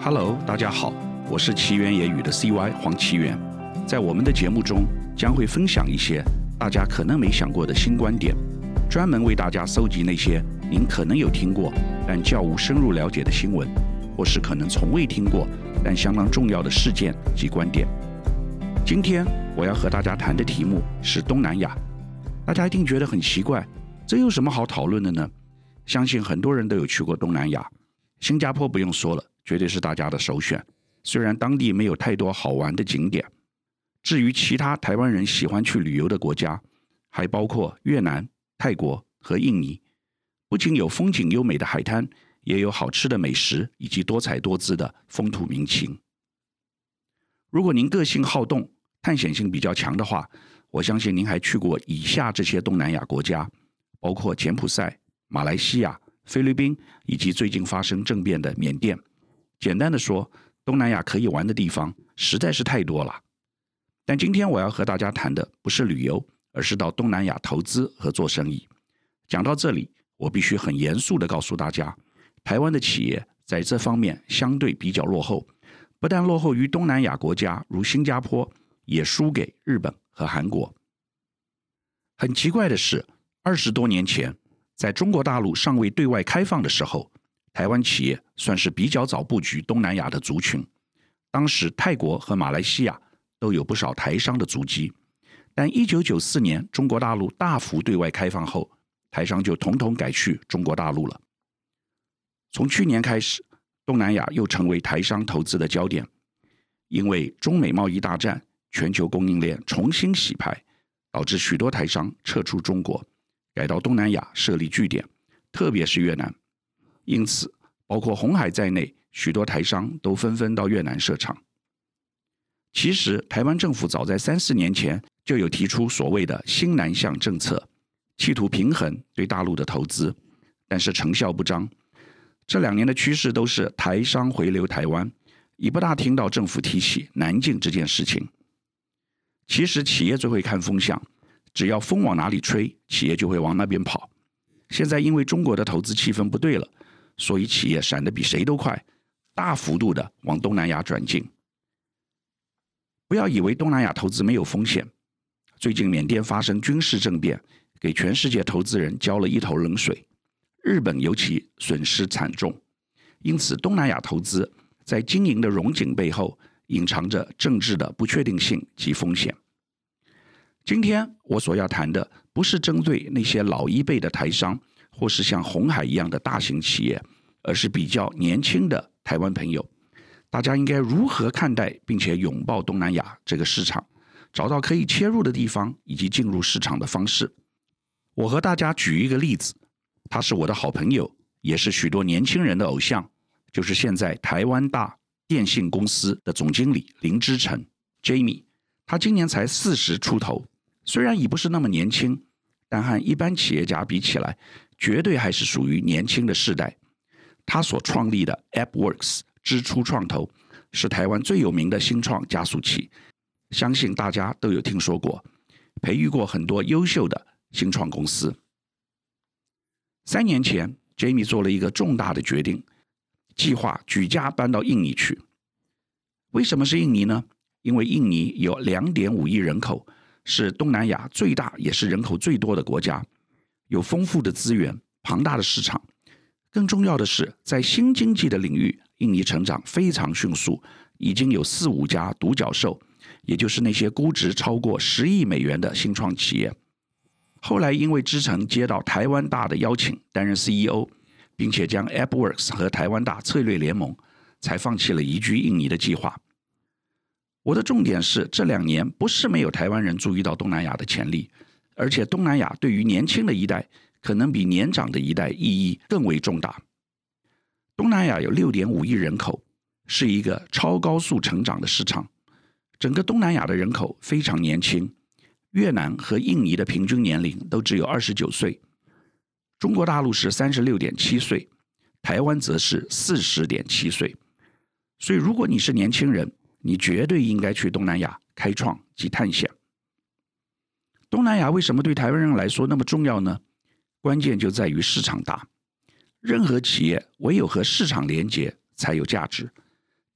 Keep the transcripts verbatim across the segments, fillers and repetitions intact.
Hello， 大家好，我是奇缘野语的 C Y 黄奇缘。在我们的节目中，将会分享一些大家可能没想过的新观点，专门为大家搜集那些您可能有听过但较无深入了解的新闻，或是可能从未听过但相当重要的事件及观点。今天我要和大家谈的题目是东南亚。大家一定觉得很奇怪，这有什么好讨论的呢？相信很多人都有去过东南亚，新加坡不用说了，绝对是大家的首选，虽然当地没有太多好玩的景点。至于其他台湾人喜欢去旅游的国家，还包括越南、泰国和印尼，不仅有风景优美的海滩，也有好吃的美食以及多彩多姿的风土民情。如果您个性好动，探险性比较强的话，我相信您还去过以下这些东南亚国家，包括柬埔寨、马来西亚、菲律宾以及最近发生政变的缅甸。简单的说，东南亚可以玩的地方实在是太多了。但今天我要和大家谈的不是旅游，而是到东南亚投资和做生意。讲到这里，我必须很严肃地告诉大家，台湾的企业在这方面相对比较落后，不但落后于东南亚国家如新加坡，也输给日本和韩国。很奇怪的是，二十多年前，在中国大陆尚未对外开放的时候，台湾企业算是比较早布局东南亚的族群。当时泰国和马来西亚都有不少台商的足迹，但一九九四年中国大陆大幅对外开放后，台商就统统改去中国大陆了。从去年开始，东南亚又成为台商投资的焦点，因为中美贸易大战，全球供应链重新洗牌，导致许多台商撤出中国，改到东南亚设立据点，特别是越南。因此，包括鸿海在内，许多台商都纷纷到越南设厂。其实，台湾政府早在三四年前就有提出所谓的新南向政策，企图平衡对大陆的投资，但是成效不彰。这两年的趋势都是台商回流台湾，已不大听到政府提起南进这件事情。其实企业最会看风向，只要风往哪里吹，企业就会往那边跑。现在因为中国的投资气氛不对了，所以企业闪得比谁都快，大幅度的往东南亚转进。不要以为东南亚投资没有风险，最近缅甸发生军事政变，给全世界投资人浇了一头冷水，日本尤其损失惨重。因此东南亚投资在经营的荣景背后，隐藏着政治的不确定性及风险。今天我所要谈的不是针对那些老一辈的台商，或是像鸿海一样的大型企业，而是比较年轻的台湾朋友。大家应该如何看待并且拥抱东南亚这个市场，找到可以切入的地方以及进入市场的方式。我和大家举一个例子，他是我的好朋友，也是许多年轻人的偶像，就是现在台湾大电信公司的总经理林之诚 Jamie。 他今年才四十出头，虽然已不是那么年轻，但和一般企业家比起来，绝对还是属于年轻的世代。他所创立的 AppWorks 之初创投是台湾最有名的新创加速器，相信大家都有听说过，培育过很多优秀的新创公司。三年前 Jamie 做了一个重大的决定，计划举家搬到印尼去。为什么是印尼呢？因为印尼有 两点五亿人口，是东南亚最大也是人口最多的国家，有丰富的资源，庞大的市场。更重要的是，在新经济的领域，印尼成长非常迅速，已经有四五家独角兽，也就是那些估值超过十亿美元的新创企业。后来因为之诚接到台湾大的邀请担任 C E O， 并且将 AppWorks 和台湾大策略联盟，才放弃了移居印尼的计划。我的重点是，这两年不是没有台湾人注意到东南亚的潜力，而且东南亚对于年轻的一代可能比年长的一代意义更为重大。东南亚有 六点五亿人口，是一个超高速成长的市场。整个东南亚的人口非常年轻，越南和印尼的平均年龄都只有二十九岁，中国大陆是 三十六点七岁，台湾则是 四十点七岁。所以如果你是年轻人，你绝对应该去东南亚开创及探险。东南亚为什么对台湾人来说那么重要呢？关键就在于市场大。任何企业唯有和市场连结才有价值。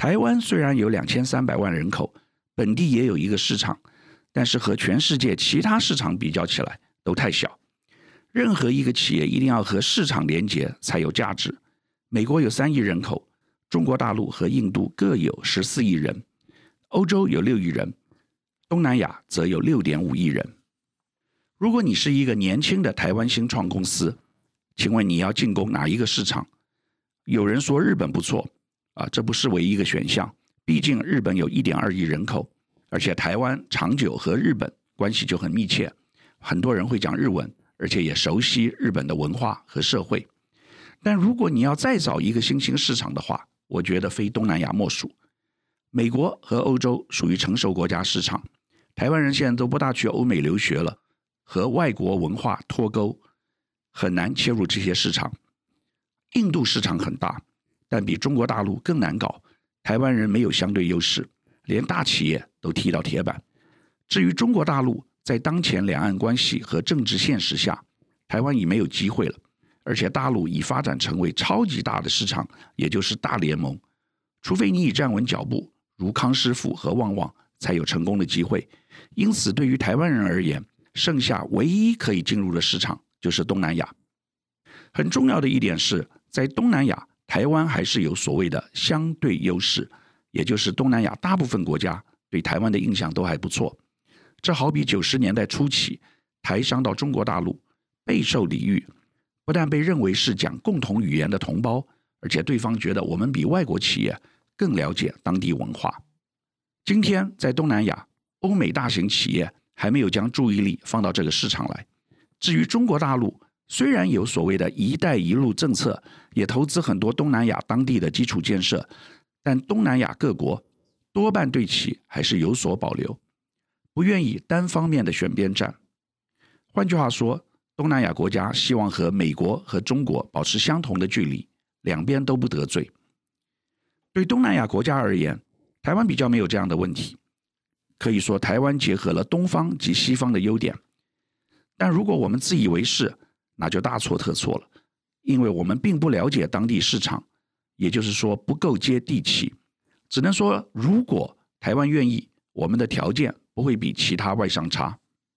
台湾虽然有两千三百万人口，本地也有一个市场，但是和全世界其他市场比较起来都太小。任何一个企业一定要和市场连结才有价值。美国有三亿人口，中国大陆和印度各有十四亿人，欧洲有六亿人，东南亚则有 六点五亿人。如果你是一个年轻的台湾新创公司，请问你要进攻哪一个市场？有人说日本不错啊，这不是唯一一个选项，毕竟日本有 一点二亿人口，而且台湾长久和日本关系就很密切，很多人会讲日文，而且也熟悉日本的文化和社会。但如果你要再找一个新兴市场的话，我觉得非东南亚莫属。美国和欧洲属于成熟国家市场，台湾人现在都不大去欧美留学了，和外国文化脱钩，很难切入这些市场。印度市场很大，但比中国大陆更难搞，台湾人没有相对优势，连大企业都踢到铁板。至于中国大陆，在当前两岸关系和政治现实下，台湾已没有机会了，而且大陆已发展成为超级大的市场，也就是大联盟。除非你已站稳脚步，如康师傅和旺旺，才有成功的机会。因此对于台湾人而言，剩下唯一可以进入的市场就是东南亚。很重要的一点是，在东南亚，台湾还是有所谓的相对优势，也就是东南亚大部分国家对台湾的印象都还不错。这好比九十年代初期，台商到中国大陆备受礼遇，不但被认为是讲共同语言的同胞，而且对方觉得我们比外国企业更了解当地文化。今天在东南亚，欧美大型企业还没有将注意力放到这个市场来。至于中国大陆，虽然有所谓的一带一路政策，也投资很多东南亚当地的基础建设，但东南亚各国多半对其还是有所保留，不愿意单方面的选边站。换句话说，东南亚国家希望和美国和中国保持相同的距离，两边都不得罪。对东南亚国家而言，台湾比较没有这样的问题，可以说台湾结合了东方及西方的优点。但如果我们自以为是，那就大错特错了，因为我们并不了解当地市场，也就是说不够接地气。只能说，如果台湾愿意，我们的条件不会比其他外商差。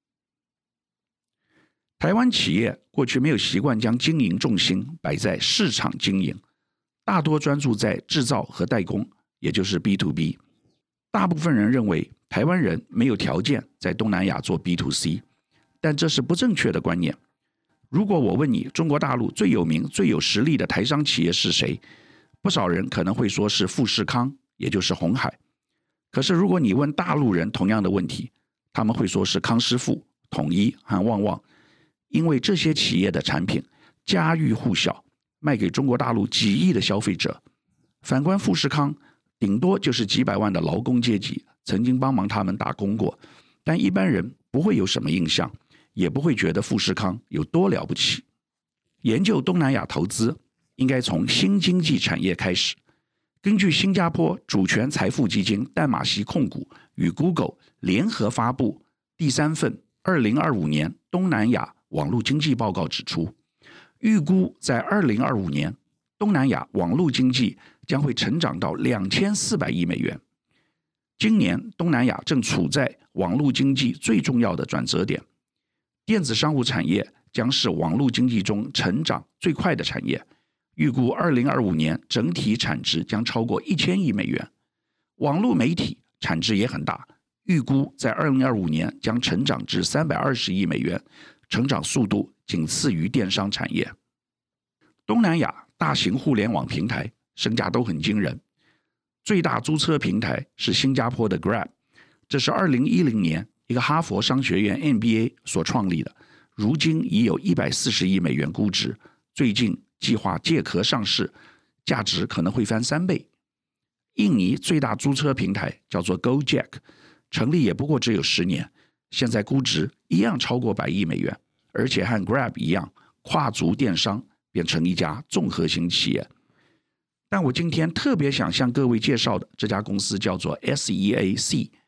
台湾企业过去没有习惯将经营重心摆在市场经营，大多专注在制造和代工，也就是 B to B。 大部分人认为台湾人没有条件在东南亚做 B to C， 但这是不正确的观念。如果我问你中国大陆最有名最有实力的台商企业是谁，不少人可能会说是富士康，也就是鸿海。可是如果你问大陆人同样的问题，他们会说是康师傅、统一和旺旺，因为这些企业的产品家喻户晓，卖给中国大陆几亿的消费者。反观富士康，顶多就是几百万的劳工阶级曾经帮忙他们打工过，但一般人不会有什么印象，也不会觉得富士康有多了不起。研究东南亚投资应该从新经济产业开始。根据新加坡主权财富基金淡马锡控股与 Google 联合发布第三份二零二五年东南亚网络经济报告指出，预估在二零二五年东南亚网络经济将会成长到两千四百亿美元。今年东南亚正处在网络经济最重要的转折点，电子商务产业将是网络经济中成长最快的产业，预估二零二五年整体产值将超过一千亿美元。网络媒体产值也很大，预估在二零二五年将成长至三百二十亿美元，成长速度仅次于电商产业。东南亚大型互联网平台身价都很惊人，最大租车平台是新加坡的 Grab， 这是二零一零年一个哈佛商学院 M B A 所创立的，如今已有一百四十亿美元估值，最近计划借壳上市，价值可能会翻三倍。印尼最大租车平台叫做 Gojek， 成立也不过只有十年，现在估值一样超过百亿美元，而且和 Grab 一样，跨足电商，变成一家综合型企业。但我今天特别想向各位介绍的这家公司叫做 S E A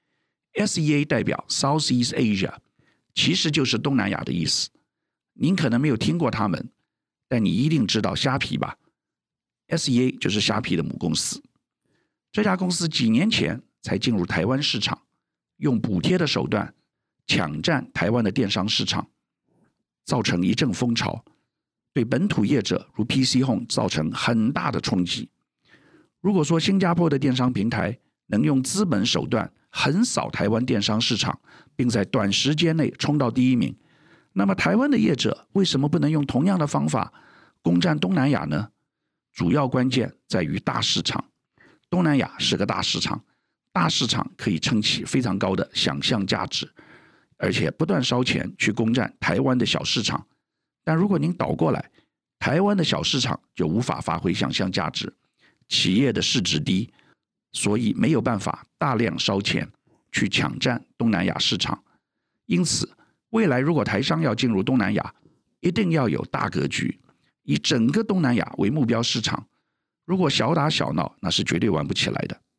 C，S E A 代表 Southeast Asia， 其实就是东南亚的意思。您可能没有听过他们，但你一定知道虾皮吧？ S E A 就是虾皮的母公司。 这家公司几年前才进入台湾市场，用补贴的手段抢占台湾的电商市场，造成一阵风潮，对本土业者如 P C Home 造成很大的冲击。如果说新加坡的电商平台能用资本手段横扫台湾电商市场，并在短时间内冲到第一名，那么台湾的业者为什么不能用同样的方法攻占东南亚呢？主要关键在于大市场，东南亚是个大市场，大市场可以撑起非常高的想象价值，而且不断烧钱去攻占台湾的小市场。但如果您倒过来，台湾的小市场就无法发挥想象价值，企业的市值低，所以没有办法大量烧钱去抢占东南亚市场。因此未来如果台商要进入东南亚，一定要有大格局，以整个东南亚为目标市场。如果小打小闹，那是绝对玩不起来的。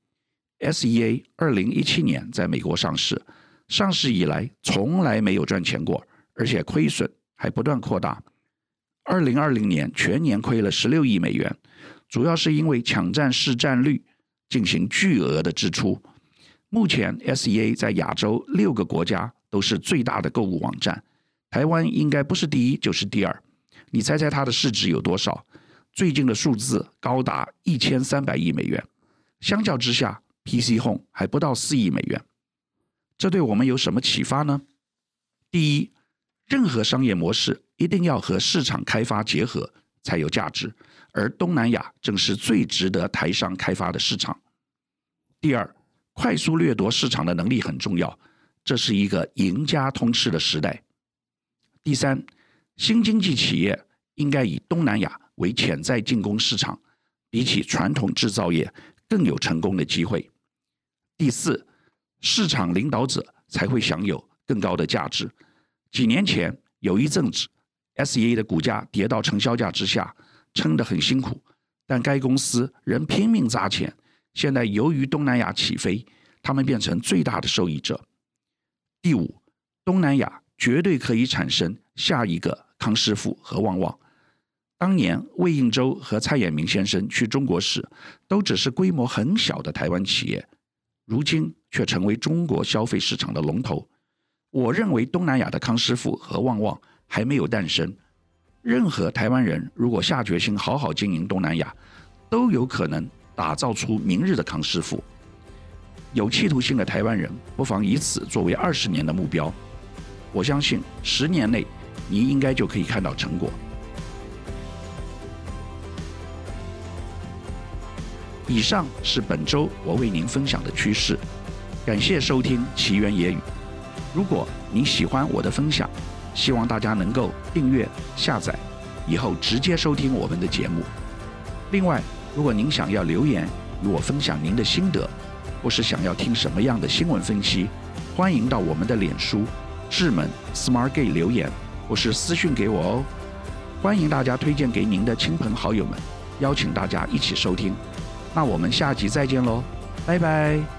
S E A 二零一七年在美国上市，上市以来从来没有赚钱过，而且亏损还不断扩大。二零二零年全年亏了十六亿美元，主要是因为抢占市占率进行巨额的支出。目前 S E A 在亚洲六个国家都是最大的购物网站，台湾应该不是第一就是第二。你猜猜它的市值有多少？最近的数字高达一千三百亿美元，相较之下 P C Home 还不到四亿美元。这对我们有什么启发呢？第一，任何商业模式一定要和市场开发结合才有价值，而东南亚正是最值得台商开发的市场。第二，快速掠夺市场的能力很重要，这是一个赢家通吃的时代。第三，新经济企业应该以东南亚为潜在进攻市场，比起传统制造业更有成功的机会。第四，市场领导者才会享有更高的价值。几年前有一阵子 S E A 的股价跌到承销价之下，撑得很辛苦，但该公司仍拼命砸钱。现在由于东南亚起飞，他们变成最大的受益者。第五，东南亚绝对可以产生下一个康师傅和旺旺。当年魏应洲和蔡衍明先生去中国时，都只是规模很小的台湾企业，如今却成为中国消费市场的龙头。我认为东南亚的康师傅和旺旺还没有诞生。任何台湾人如果下决心好好经营东南亚，都有可能打造出明日的康师傅。有企图心的台湾人不妨以此作为二十年的目标，我相信十年内你应该就可以看到成果。以上是本周我为您分享的趋势，感谢收听奇缘野语。如果你喜欢我的分享，希望大家能够订阅下载，以后直接收听我们的节目。另外，如果您想要留言与我分享您的心得，或是想要听什么样的新闻分析，欢迎到我们的脸书智门 Smart Gay 留言，或是私讯给我哦。欢迎大家推荐给您的亲朋好友们，邀请大家一起收听。那我们下集再见喽，拜拜。